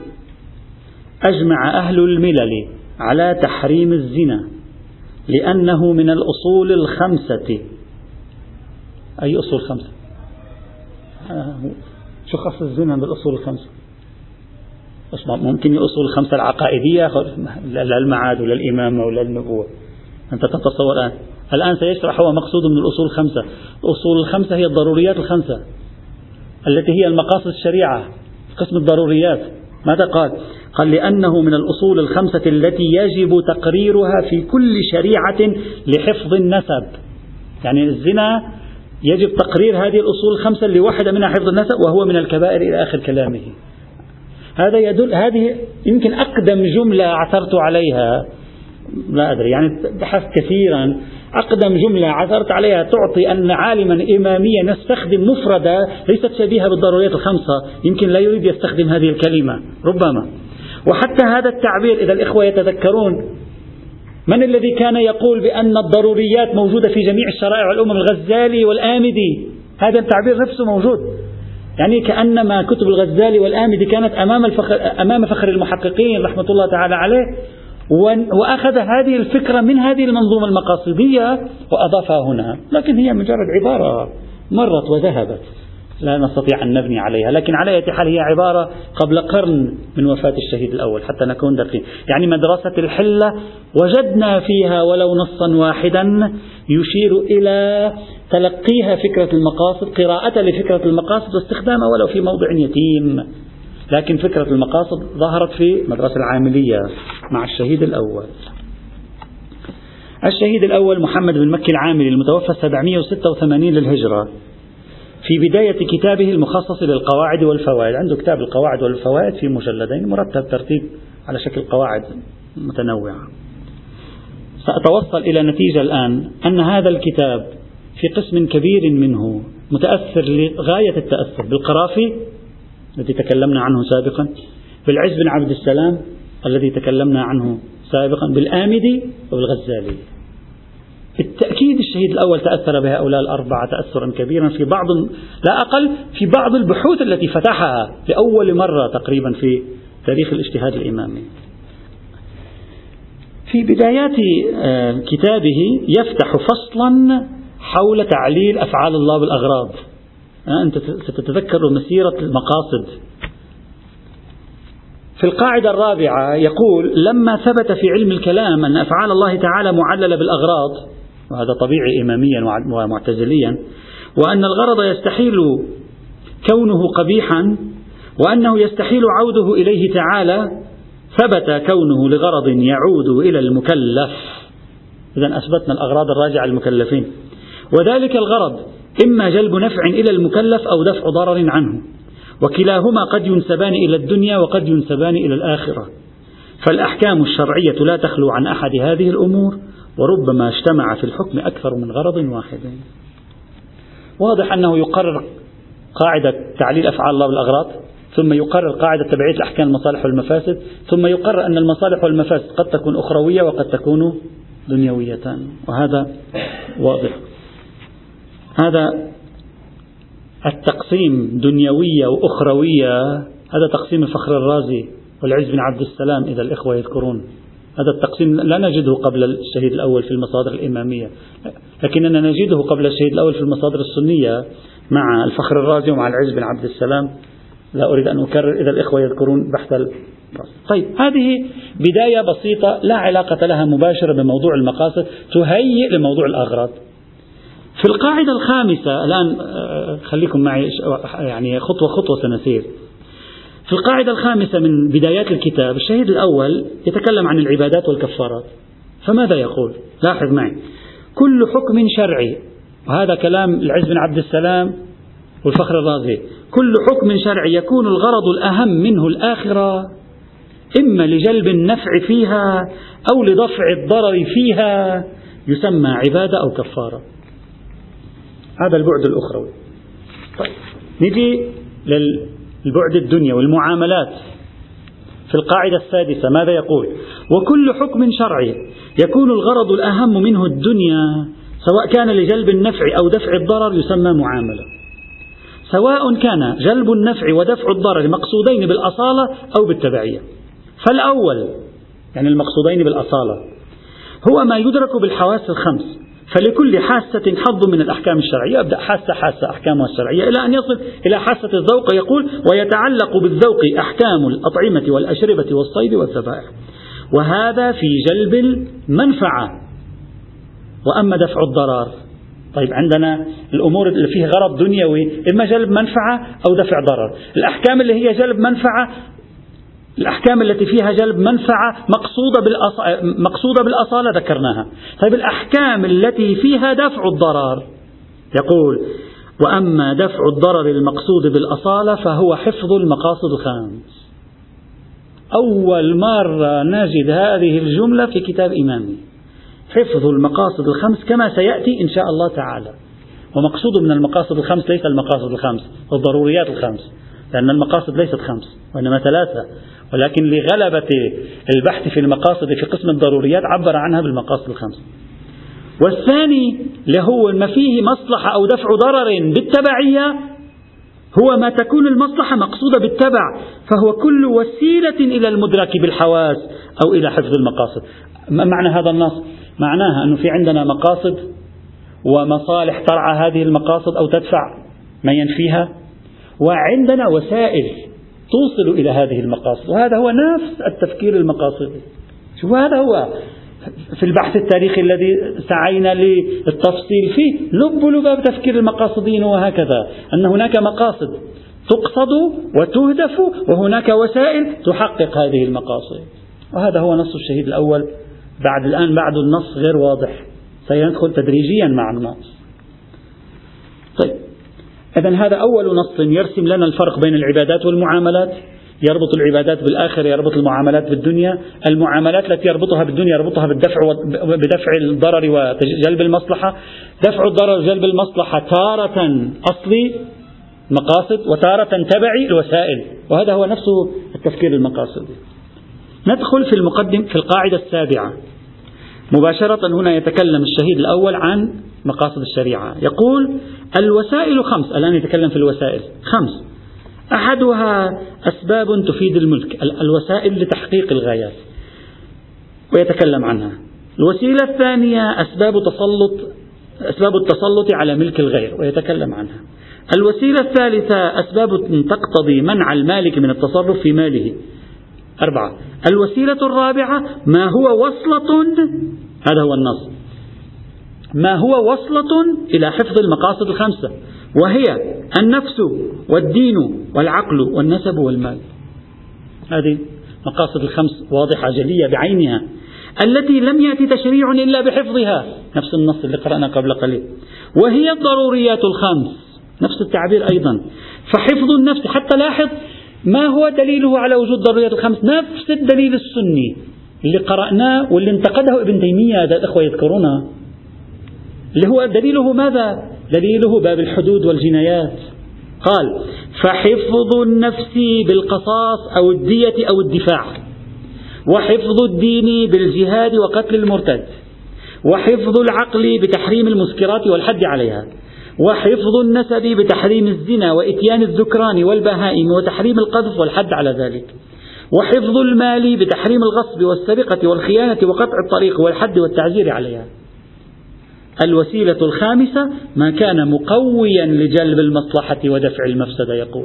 أجمع أهل الملل على تحريم الزنا لأنه من الأصول الخمسة. أي أصول خمسة؟ شو خص الزنا بالأصول الخمسة؟ ممكن الأصول الخمسة العقائدية، لا المعاد ولا الإمامة ولا النبوة. أنت تتصور الآن الآن سيشرح هو مقصود من الأصول الخمسة. الأصول الخمسة هي الضروريات الخمسة التي هي المقاصد الشريعة، قسم الضروريات. ماذا قال؟ قال لأنه من الأصول الخمسة التي يجب تقريرها في كل شريعة لحفظ النسب. يعني الزنا يجب تقرير هذه الأصول الخمسة اللي واحدة منها حفظ النسب، وهو من الكبائر إلى آخر كلامه. هذا يدل، هذه يمكن أقدم جملة عثرت عليها، لا أدري يعني بحثت كثيرا، أقدم جملة عثرت عليها تعطي أن عالما إماميا يستخدم مفردة ليست شبيهة بالضروريات الخمسة، يمكن لا يريد يستخدم هذه الكلمة ربما. وحتى هذا التعبير إذا الإخوة يتذكرون، من الذي كان يقول بأن الضروريات موجودة في جميع الشرائع والأمم؟ الغزالي والآمدي. هذا التعبير نفسه موجود، يعني كأنما كتب الغزالي والآمدي كانت أمام الفخر أمام فخر المحققين رحمة الله تعالى عليه، وأخذ هذه الفكرة من هذه المنظومة المقاصدية وأضافها هنا، لكن هي مجرد عبارة مرت وذهبت لا نستطيع أن نبني عليها. لكن على أي حال هي عبارة قبل قرن من وفاة الشهيد الأول حتى نكون دقيقين. يعني مدرسة الحلة وجدنا فيها ولو نصا واحدا يشير إلى تلقيها فكرة المقاصد، قراءة لفكرة المقاصد واستخدامها ولو في موضع يتيم. لكن فكرة المقاصد ظهرت في مدرسة العاملية مع الشهيد الأول. الشهيد الأول محمد بن مكي العاملي المتوفى سبعمئة وستة وثمانين للهجرة، في بداية كتابه المخصص للقواعد والفوائد، عنده كتاب القواعد والفوائد في مجلدين مرتب ترتيب على شكل قواعد متنوعة. سأتوصل إلى نتيجة الآن أن هذا الكتاب في قسم كبير منه متأثر لغاية التأثر بالقرافي الذي تكلمنا عنه سابقا، بالعز بن عبد السلام الذي تكلمنا عنه سابقا، بالآمدي وبالغزالي. بالتأكيد الشهيد الأول تأثر بهؤلاء الأربعة تأثرا كبيرا في بعض، لا أقل في بعض البحوث التي فتحها لأول مرة تقريبا في تاريخ الاجتهاد الإمامي. في بدايات كتابه يفتح فصلا حول تعليل أفعال الله بالأغراض. أنت ستتذكر مسيرة المقاصد. في القاعدة الرابعة يقول: لما ثبت في علم الكلام أن أفعال الله تعالى معللة بالأغراض، وهذا طبيعي إماميا ومعتزليا، وأن الغرض يستحيل كونه قبيحا، وأنه يستحيل عوده إليه تعالى، ثبت كونه لغرض يعود إلى المكلف. إذن أثبتنا الأغراض الراجعة للمكلفين، وذلك الغرض إما جلب نفع إلى المكلف أو دفع ضرر عنه، وكلاهما قد ينسبان إلى الدنيا وقد ينسبان إلى الآخرة، فالأحكام الشرعية لا تخلو عن أحد هذه الأمور، وربما اجتمع في الحكم أكثر من غرض واحد. واضح أنه يقرر قاعدة تعليل أفعال الله بالأغراض، ثم يقرر قاعدة تبعية الأحكام المصالح والمفاسد، ثم يقرر أن المصالح والمفاسد قد تكون أخروية وقد تكون دنيويتان، وهذا واضح. هذا التقسيم دنيوية وأخروية هذا تقسيم الفخر الرازي والعز بن عبد السلام إذا الإخوة يذكرون. هذا التقسيم لا نجده قبل الشهيد الأول في المصادر الإمامية، لكننا نجده قبل الشهيد الأول في المصادر السنية مع الفخر الرازي ومع العز بن عبد السلام. لا أريد أن أكرر إذا الإخوة يذكرون بحث ال... طيب، هذه بداية بسيطة لا علاقة لها مباشرة بموضوع المقاصد، تهيئ لموضوع الأغراض. في القاعدة الخامسة الآن خليكم معي يعني خطوة خطوة سنسير. في القاعدة الخامسة من بدايات الكتاب الشهيد الأول يتكلم عن العبادات والكفارات، فماذا يقول؟ لاحظ معي: كل حكم شرعي، وهذا كلام العز بن عبد السلام والفخر الرازي، كل حكم شرعي يكون الغرض الأهم منه الآخرة، إما لجلب النفع فيها أو لدفع الضرر فيها، يسمى عبادة أو كفارة. هذا البعد الأخروي. طيب، نجي للبعد الدنيا والمعاملات. في القاعدة السادسة ماذا يقول؟ وكل حكم شرعي يكون الغرض الأهم منه الدنيا، سواء كان لجلب النفع أو دفع الضرر، يسمى معاملة، سواء كان جلب النفع ودفع الضرر مقصودين بالأصالة أو بالتبعية. فالأول يعني المقصودين بالأصالة هو ما يدرك بالحواس الخمس، فلكل حاسة حظ من الأحكام الشرعية. أبدأ حاسة حاسة أحكامها الشرعية إلى أن يصل إلى حاسة الذوق. يقول: ويتعلق بالذوق أحكام الأطعمة والأشربة والصيد والذبائح، وهذا في جلب المنفعة. وأما دفع الضرر، طيب عندنا الأمور اللي فيها غرض دنيوي إما جلب منفعة أو دفع ضرر. الأحكام اللي هي جلب منفعة الأحكام التي فيها جلب منفعة مقصودة بالأص... مقصودة بالأصالة ذكرناها. طيب الأحكام التي فيها دفع الضرر، يقول: وأما دفع الضرر المقصود بالأصالة فهو حفظ المقاصد الخمس. أول مرة نجد هذه الجملة في كتاب إمامي، حفظ المقاصد الخمس كما سيأتي إن شاء الله تعالى. ومقصود من المقاصد الخمس ليس المقاصد الخمس، الضروريات الخمس، لأن المقاصد ليست خمس وإنما ثلاثة، ولكن لغلبة البحث في المقاصد في قسم الضروريات عبر عنها بالمقاصد الخمس. والثاني لهو ما فيه مصلحة أو دفع ضرر بالتبعية، هو ما تكون المصلحة مقصودة بالتبع، فهو كل وسيلة إلى المدرك بالحواس أو إلى حفظ المقاصد. ما معنى هذا النص؟ معناها أنه في عندنا مقاصد ومصالح ترعى هذه المقاصد أو تدفع ما ينفيها، وعندنا وسائل توصل إلى هذه المقاصد، وهذا هو نفس التفكير المقاصدي. شو هذا هو في البحث التاريخي الذي سعينا للتفصيل فيه، لب لباب تفكير المقاصديين، وهكذا أن هناك مقاصد تقصد وتهدف، وهناك وسائل تحقق هذه المقاصد. وهذا هو نص الشهيد الأول. بعد الآن بعد النص غير واضح، سيدخل تدريجيا مع النص. طيب، إذن هذا أول نص يرسم لنا الفرق بين العبادات والمعاملات، يربط العبادات بالآخرة، يربط المعاملات بالدنيا. المعاملات التي يربطها بالدنيا يربطها بالدفع بدفع الضرر وجلب المصلحة. دفع الضرر وجلب المصلحة تارة أصلي مقاصد وتارة تبعي الوسائل، وهذا هو نفسه التفكير المقاصدي. ندخل في المقدم في القاعدة السابعة مباشرة. هنا يتكلم الشهيد الأول عن مقاصد الشريعة، يقول: الوسائل خمس. الآن يتكلم في الوسائل خمس، أحدها أسباب تفيد الملك، الوسائل لتحقيق الغايات ويتكلم عنها. الوسيلة الثانية أسباب تسلط أسباب التسلط على ملك الغير ويتكلم عنها. الوسيلة الثالثة أسباب تقتضي منع المالك من التصرف في ماله. أربعة. الوسيلة الرابعة ما هو وصلة، هذا هو النص، ما هو وصلة إلى حفظ المقاصد الخمسة، وهي النفس والدين والعقل والنسب والمال. هذه مقاصد الخمس واضحة جلية بعينها، التي لم يأتي تشريع إلا بحفظها، نفس النص اللي قرأنا قبل قليل. وهي الضروريات الخمس، نفس التعبير أيضا. فحفظ النفس، حتى لاحظ ما هو دليله على وجود ضروريات الخمس، نفس الدليل السني اللي قرأناه واللي انتقده ابن تيمية، هذا الأخوة يذكرونه، اللي هو دليله ماذا؟ دليله باب الحدود والجنايات. قال: فحفظ النفس بالقصاص أو الدية أو الدفاع، وحفظ الدين بالجهاد وقتل المرتد، وحفظ العقل بتحريم المسكرات والحد عليها، وحفظ النسب بتحريم الزنا وإتيان الذكران والبهائم وتحريم القذف والحد على ذلك، وحفظ المال بتحريم الغصب والسرقة والخيانة وقطع الطريق والحد والتعزير عليها. الوسيلة الخامسة ما كان مقويا لجلب المصلحة ودفع المفسدة، يقول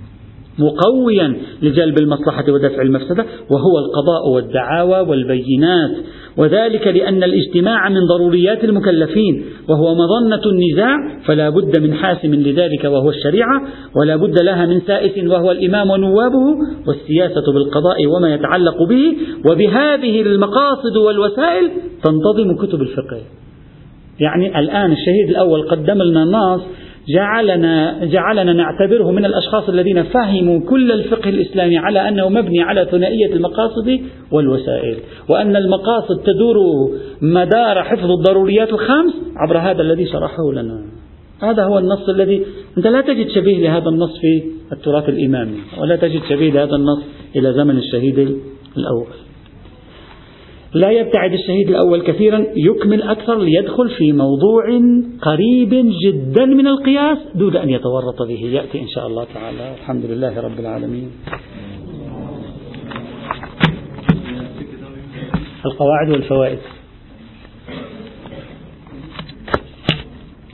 مقويا لجلب المصلحة ودفع المفسدة، وهو القضاء والدعاوى والبينات، وذلك لأن الاجتماع من ضروريات المكلفين، وهو مظنة النزاع، فلا بد من حاسم لذلك وهو الشريعة، ولا بد لها من سائس وهو الإمام ونوابه، والسياسة بالقضاء وما يتعلق به، وبهذه المقاصد والوسائل تنتظم كتب الفقه. يعني الآن الشهيد الأول قدم لنا نص جعلنا جعلنا نعتبره من الأشخاص الذين فهموا كل الفقه الإسلامي على أنه مبني على ثنائية المقاصد والوسائل، وأن المقاصد تدور مدار حفظ الضروريات الخمس عبر هذا الذي شرحه لنا. هذا هو النص الذي أنت لا تجد شبيه لهذا النص في التراث الإمامي، ولا تجد شبيه لهذا النص إلى زمن الشهيد الأول. لا يبتعد الشهيد الأول كثيرا، يكمل أكثر ليدخل في موضوع قريب جدا من القياس دون أن يتورط به، يأتي إن شاء الله تعالى. الحمد لله رب العالمين. القواعد والفوائد.